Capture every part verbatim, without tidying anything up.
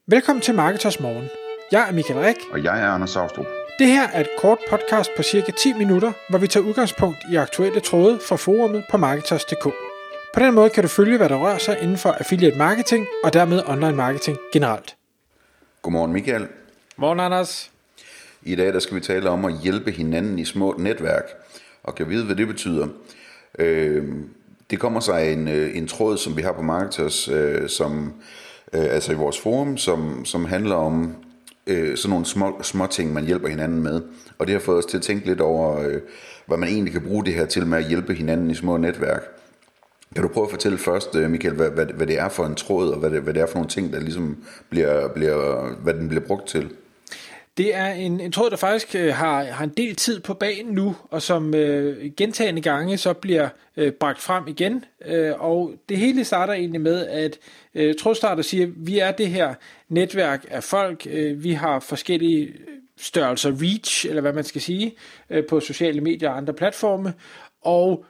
Velkommen til Marketers Morgen. Jeg er Michael Rik. Og jeg er Anders Saustrup. Det her er et kort podcast på cirka ti minutter, hvor vi tager udgangspunkt i aktuelle tråde fra forumet på Marketers punktum d k. På den måde kan du følge, hvad der rører sig inden for affiliate marketing og dermed online marketing generelt. Godmorgen Michael. Morgen Anders. I dag der skal vi tale om at hjælpe hinanden i små netværk, og kan vide, hvad det betyder. Øh, det kommer sig en, en tråd, som vi har på Marketers, øh, som, øh, altså i vores forum, som, som handler om øh, sådan nogle små, små ting, man hjælper hinanden med. Og det har fået os til at tænke lidt over, øh, hvad man egentlig kan bruge det her til med at hjælpe hinanden i små netværk. Kan du prøve at fortælle først, Michael, hvad, hvad, hvad det er for en tråd, og hvad det, hvad det er for nogle ting, der ligesom bliver, bliver, hvad den bliver brugt til? Det er en, en tråd, der faktisk øh, har, har en del tid på banen nu, og som øh, gentagne gange så bliver øh, bragt frem igen. Øh, og det hele starter egentlig med, at øh, trådstarter siger, at vi er det her netværk af folk. Øh, vi har forskellige størrelser, reach, eller hvad man skal sige, øh, på sociale medier og andre platforme. Og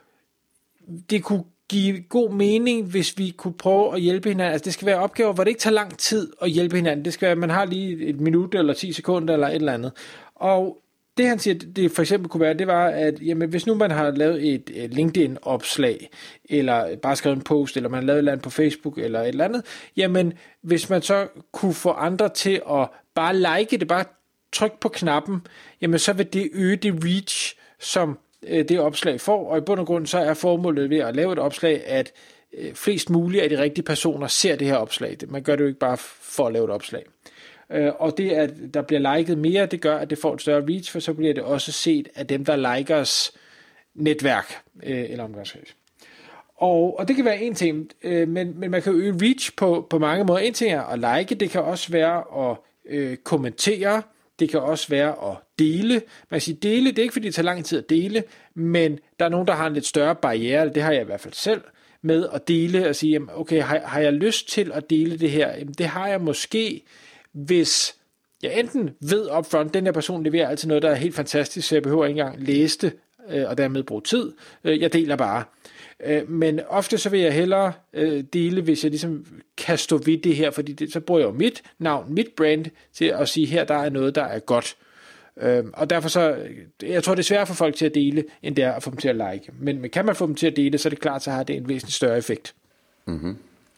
det kunne give god mening, hvis vi kunne prøve at hjælpe hinanden. Altså det skal være opgaver, hvor det ikke tager lang tid at hjælpe hinanden. Det skal være, at man har lige et minut eller ti sekunder eller et eller andet. Og det han siger, det for eksempel kunne være, det var, at jamen, hvis nu man har lavet et LinkedIn-opslag, eller bare skrevet en post, eller man har lavet et eller andet på Facebook, eller et eller andet, jamen hvis man så kunne få andre til at bare like det, bare trykke på knappen, jamen så vil det øge det reach, som det opslag får, og i bund og grund så er formålet ved at lave et opslag, at flest mulige af de rigtige personer ser det her opslag. Man gør det jo ikke bare for at lave et opslag. Og det, at der bliver liket mere, det gør, at det får et større reach, for så bliver det også set af dem, der liker os netværk eller omgangskreds. Og, og det kan være en ting, men, men man kan jo øge reach på, på mange måder. En ting er at like, det kan også være at øh, kommentere, det kan også være at dele. Man kan sige, dele, det er ikke fordi det tager lang tid at dele, men der er nogen, der har en lidt større barriere, det har jeg i hvert fald selv, med at dele og sige, okay, har, har jeg lyst til at dele det her? Jamen, det har jeg måske, hvis jeg enten ved upfront, den her person leverer altid noget, der er helt fantastisk, så jeg behøver ikke engang læse det, og dermed bruge tid. Jeg deler bare. Men ofte så vil jeg hellere dele, hvis jeg ligesom kan stå ved det her, fordi det, så bruger jeg jo mit navn, mit brand, til at sige, her der er noget, der er godt. Og derfor så, jeg tror det er svært for folk til at dele, end det er at få dem til at like. Men, men kan man få dem til at dele, så er det klart, så har det en væsentlig større effekt. Mm-hmm.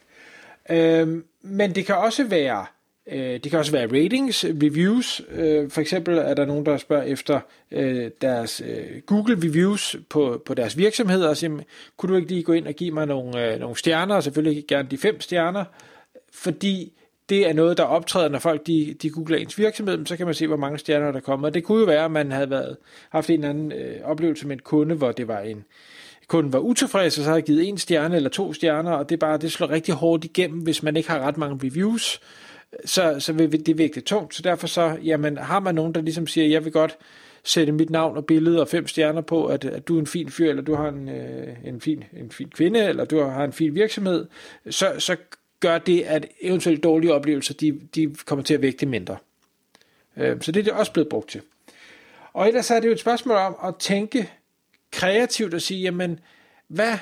Øhm, men det kan også være Det kan også være ratings, reviews. For eksempel er der nogen, der spørger efter deres Google reviews på, på deres virksomheder, og siger, kunne du ikke lige gå ind og give mig nogle, nogle stjerner, og selvfølgelig gerne de fem stjerner, fordi det er noget, der optræder, når folk de, de googler ens virksomhed, så kan man se, hvor mange stjerner der kommer. Og det kunne jo være, at man havde været, haft en eller anden øh, oplevelse med en kunde, hvor det var en kunden var utilfreds, og så har givet en stjerne eller to stjerner, og det, bare, det slår rigtig hårdt igennem, hvis man ikke har ret mange reviews. Så, så vil det virkelig tungt, så derfor så, jamen, har man nogen, der ligesom siger, jeg vil godt sætte mit navn og billede og fem stjerner på, at, at du er en fin fyr, eller du har en, øh, en, fin, en fin kvinde, eller du har en fin virksomhed, så, så gør det, at eventuelt dårlige oplevelser, de, de kommer til at vægte mindre. Øh, så det er det også blevet brugt til. Og ellers er det jo et spørgsmål om at tænke kreativt og sige, jamen, hvad,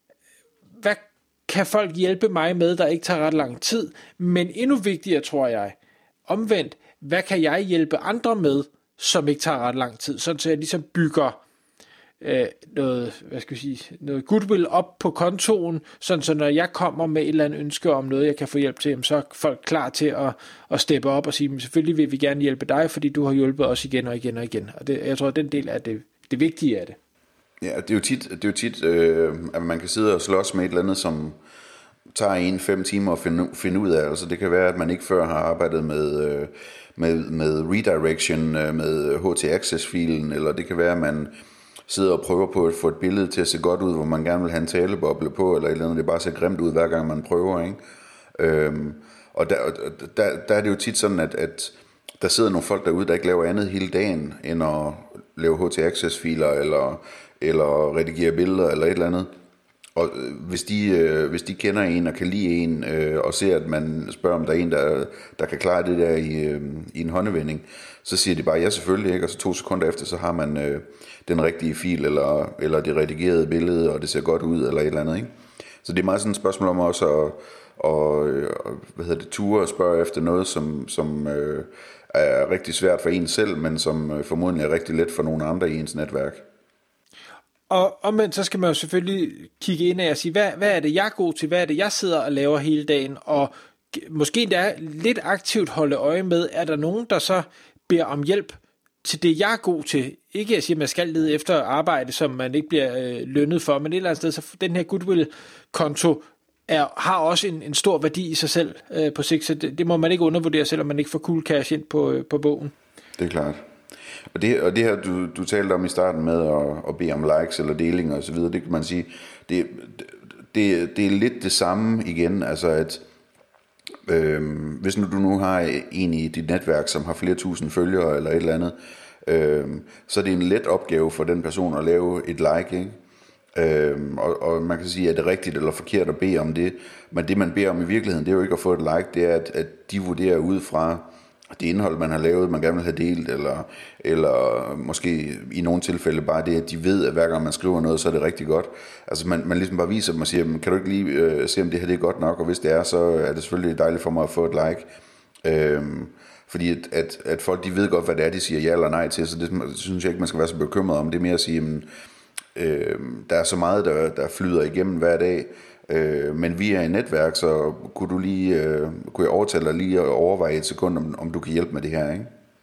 hvad kan folk hjælpe mig med, der ikke tager ret lang tid, men endnu vigtigere, tror jeg, omvendt, hvad kan jeg hjælpe andre med, som ikke tager ret lang tid, sådan så jeg ligesom bygger øh, noget, hvad skal vi sige, noget goodwill op på kontoen, sådan så når jeg kommer med et eller andet ønske om noget, jeg kan få hjælp til, så er folk klar til at, at steppe op og sige, men selvfølgelig vil vi gerne hjælpe dig, fordi du har hjulpet os igen og igen og igen, og det, jeg tror, at den del er det, det vigtige af det. Ja, det er jo tit, det er jo tit øh, at man kan sidde og slås med et eller andet, som tager en fem timer at finde, finde ud af. Altså det kan være, at man ikke før har arbejdet med, øh, med, med redirection, øh, med H T Access-filen, eller det kan være, at man sidder og prøver på at få et billede til at se godt ud, hvor man gerne vil have en taleboble på, eller et eller andet, det bare ser grimt ud, hver gang man prøver, ikke? Øhm, og der, der, der er det jo tit sådan, at, at der sidder nogle folk derude, der ikke laver andet hele dagen, end at lave H T Access-filer, eller eller redigere billeder, eller et eller andet. Og hvis de, øh, hvis de kender en, og kan lide en, øh, og ser, at man spørger, om der er en, der, der kan klare det der i, øh, i en håndevending, så siger de bare, ja selvfølgelig, ikke? Og så to sekunder efter, så har man øh, den rigtige fil, eller, eller det redigerede billede, og det ser godt ud, eller et eller andet, ikke? Så det er meget sådan et spørgsmål om også at, og, og hvad hedder det, ture og spørge efter noget, som, som øh, er rigtig svært for en selv, men som øh, formodentlig er rigtig let for nogle andre i ens netværk. Og omvendt, så skal man jo selvfølgelig kigge ind og sige, hvad, hvad er det, jeg er god til? Hvad er det, jeg sidder og laver hele dagen? Og måske endda lidt aktivt holde øje med, er der nogen, der så beder om hjælp til det, jeg er god til? Ikke at sige, at man skal lede efter arbejde, som man ikke bliver øh, lønnet for, men et eller andet sted, så den her goodwill-konto er, har også en, en stor værdi i sig selv øh, på sigt, så det, det må man ikke undervurdere, selvom man ikke får cool cash ind på, øh, på bogen. Det er klart. Og det, og det her, du, du talte om i starten med at, at bede om likes eller delinger og så videre, det kan man sige, det, det, det er lidt det samme igen, altså at øh, hvis nu du nu har en i dit netværk, som har flere tusind følgere eller et eller andet, øh, så er det en let opgave for den person at lave et like, ikke? Øhm, og, og man kan sige, er det rigtigt eller forkert at bede om det, men det man beder om i virkeligheden, det er jo ikke at få et like, det er at, at de vurderer ud fra det indhold man har lavet, man gerne vil have delt, eller, eller måske i nogle tilfælde bare det, at de ved, at hver gang man skriver noget, så er det rigtig godt. Altså man, man ligesom bare viser dem og siger, kan du ikke lige øh, se om det her det er godt nok, og hvis det er, så er det selvfølgelig dejligt for mig at få et like. Øhm, fordi at, at, at folk de ved godt, hvad det er, de siger ja eller nej til, så det synes jeg ikke, man skal være så bekymret om. Det er mere at sige, men, øh, der er så meget, der, der flyder igennem hver dag, øh, men vi er i netværk, så kunne du lige, øh, kunne jeg overtale dig lige at overveje et sekund, om, om du kan hjælpe med det her, ikke?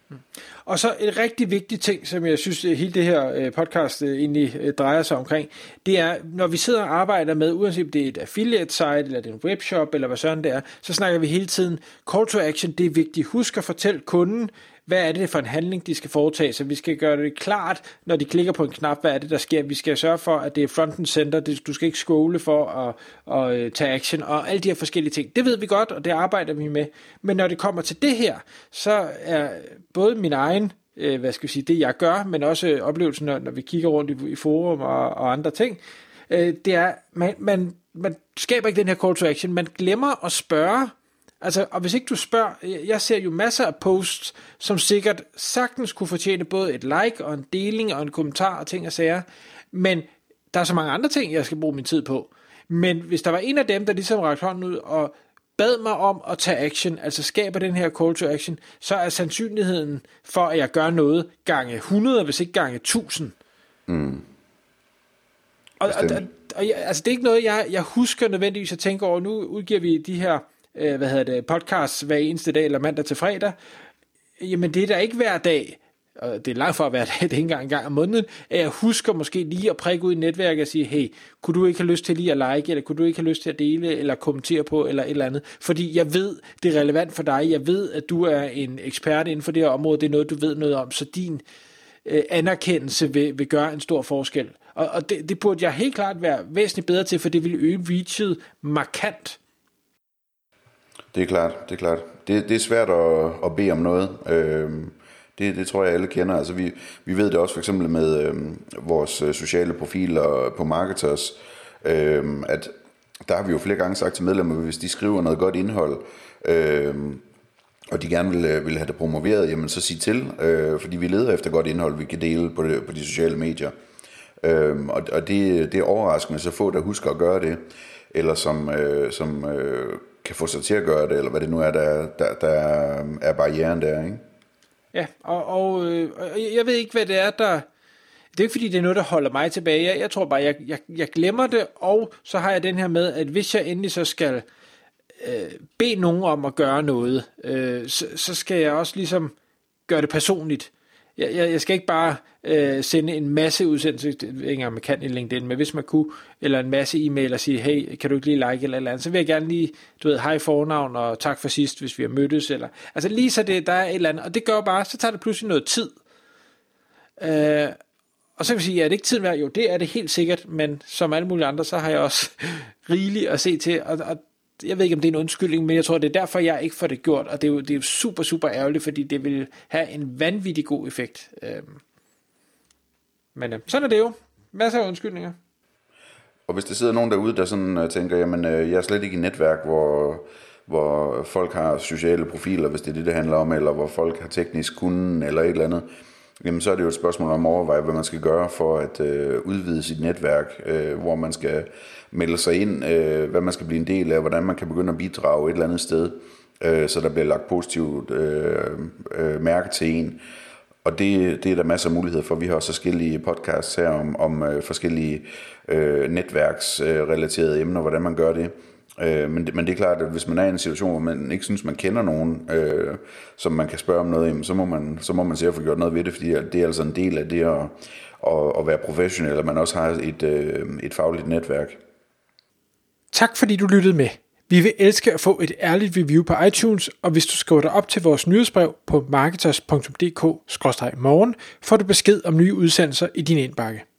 Og så en rigtig vigtig ting, som jeg synes, hele det her podcast egentlig drejer sig omkring, det er, når vi sidder og arbejder med, uanset om det er et affiliate site, eller det er en webshop, eller hvad sådan det er, så snakker vi hele tiden, call to action, det er vigtigt. Husk at fortælle kunden, hvad er det for en handling, de skal foretage, så vi skal gøre det klart, når de klikker på en knap, hvad er det, der sker. Vi skal sørge for, at det er front and center, du skal ikke scrolle for at, at tage action, og alle de her forskellige ting. Det ved vi godt, og det arbejder vi med. Men når det kommer til det her, så er både min egen, hvad skal vi sige, det jeg gør, men også oplevelsen, når, når vi kigger rundt i, i forum og, og andre ting, det er, man, man, man skaber ikke den her call to action, man glemmer at spørge. Altså, og hvis ikke du spørger, jeg ser jo masser af posts, som sikkert sagtens kunne fortjene både et like og en deling og en kommentar og ting og sager, men der er så mange andre ting, jeg skal bruge min tid på. Men hvis der var en af dem, der ligesom rakte hånden ud og bad mig om at tage action, altså skaber den her call to action, så er sandsynligheden for, at jeg gør noget gange hundrede, hvis ikke gange tusind. Mm. Og, og, og, og altså, det er ikke noget, jeg, jeg husker nødvendigvis at tænke over. Nu udgiver vi de her øh, hvad hedder det, podcasts hver eneste dag, eller mandag til fredag. Jamen, det er da ikke hver dag, og det er langt fra hver dag, det er ikke engang en gang om måneden, at jeg husker måske lige at prikke ud i netværket og sige, hey, kunne du ikke have lyst til lige at like, eller kunne du ikke have lyst til at dele, eller kommentere på, eller et eller andet. Fordi jeg ved, det er relevant for dig. Jeg ved, at du er en ekspert inden for det her område. Det er noget, du ved noget om, så din øh, anerkendelse vil, vil gøre en stor forskel. Og, og det, det burde jeg helt klart være væsentligt bedre til, for det vil øge reachet markant. Det er klart, det er klart. Det, det er svært at, at bede om noget. Øh, det, det tror jeg alle kender. Altså vi, vi ved det også for eksempel med øh, vores sociale profiler på Marketers, øh, at der har vi jo flere gange sagt til medlemmer, hvis de skriver noget godt indhold, øh, og de gerne vil, vil have det promoveret, jamen så sig til, øh, fordi vi leder efter godt indhold, vi kan dele på, det, på de sociale medier. Øh, og og det, det er overraskende så få, der husker at gøre det, eller som, øh, som øh, kan få sig til at gøre det, eller hvad det nu er, der, der, der er barrieren der, ikke? Ja, og, og øh, jeg ved ikke, hvad det er, der... Det er ikke, fordi det er noget, der holder mig tilbage. Jeg, jeg tror bare, jeg, jeg, jeg glemmer det, og så har jeg den her med, at hvis jeg endelig så skal øh, bede nogen om at gøre noget, øh, så, så skal jeg også ligesom gøre det personligt. Jeg, jeg, jeg skal ikke bare øh, sende en masse udsendelser, ikke engang man kan i LinkedIn, men hvis man kunne, eller en masse e-mail og sige, hey, kan du ikke lige like eller eller andet, så vil jeg gerne lige, du ved, hej fornavn og tak for sidst, hvis vi har mødtes, eller, altså lige så det, der er et eller andet, og det gør bare, så tager det pludselig noget tid. Øh, og så kan vi sige, ja, det er ikke tiden værd, jo, det er det helt sikkert, men som alle mulige andre, så har jeg også rigeligt at se til, og, og jeg ved ikke, om det er en undskyldning, men jeg tror, det er derfor, jeg ikke får det gjort, og det er jo, det er jo super, super ærgerligt, fordi det vil have en vanvittig god effekt. Men sådan er det jo. Masser af undskyldninger. Og hvis der sidder nogen derude, der sådan tænker, jamen, jeg er slet ikke i netværk, hvor, hvor folk har sociale profiler, hvis det er det, det handler om, eller hvor folk har teknisk kunden, eller et eller andet, jamen så er det jo et spørgsmål om at overveje, hvad man skal gøre for at øh, udvide sit netværk, øh, hvor man skal melde sig ind, øh, hvad man skal blive en del af, hvordan man kan begynde at bidrage et eller andet sted, øh, så der bliver lagt positivt øh, øh, mærke til en. Og det, det er der masser af muligheder for. Vi har også forskellige podcasts her om, om øh, forskellige øh, netværksrelaterede øh, emner, hvordan man gør det. Øh, men, det. Men det er klart, at hvis man er i en situation, hvor man ikke synes, man kender nogen, øh, som man kan spørge om noget, jamen, så må man, så må man se at få gjort noget ved det, fordi det er altså en del af det at, at, at være professionel, at man også har et, øh, et fagligt netværk. Tak fordi du lyttede med. Vi vil elske at få et ærligt review på iTunes, og hvis du skriver dig op til vores nyhedsbrev på marketers punktum d k skråstreg morgen, får du besked om nye udsendelser i din indbakke.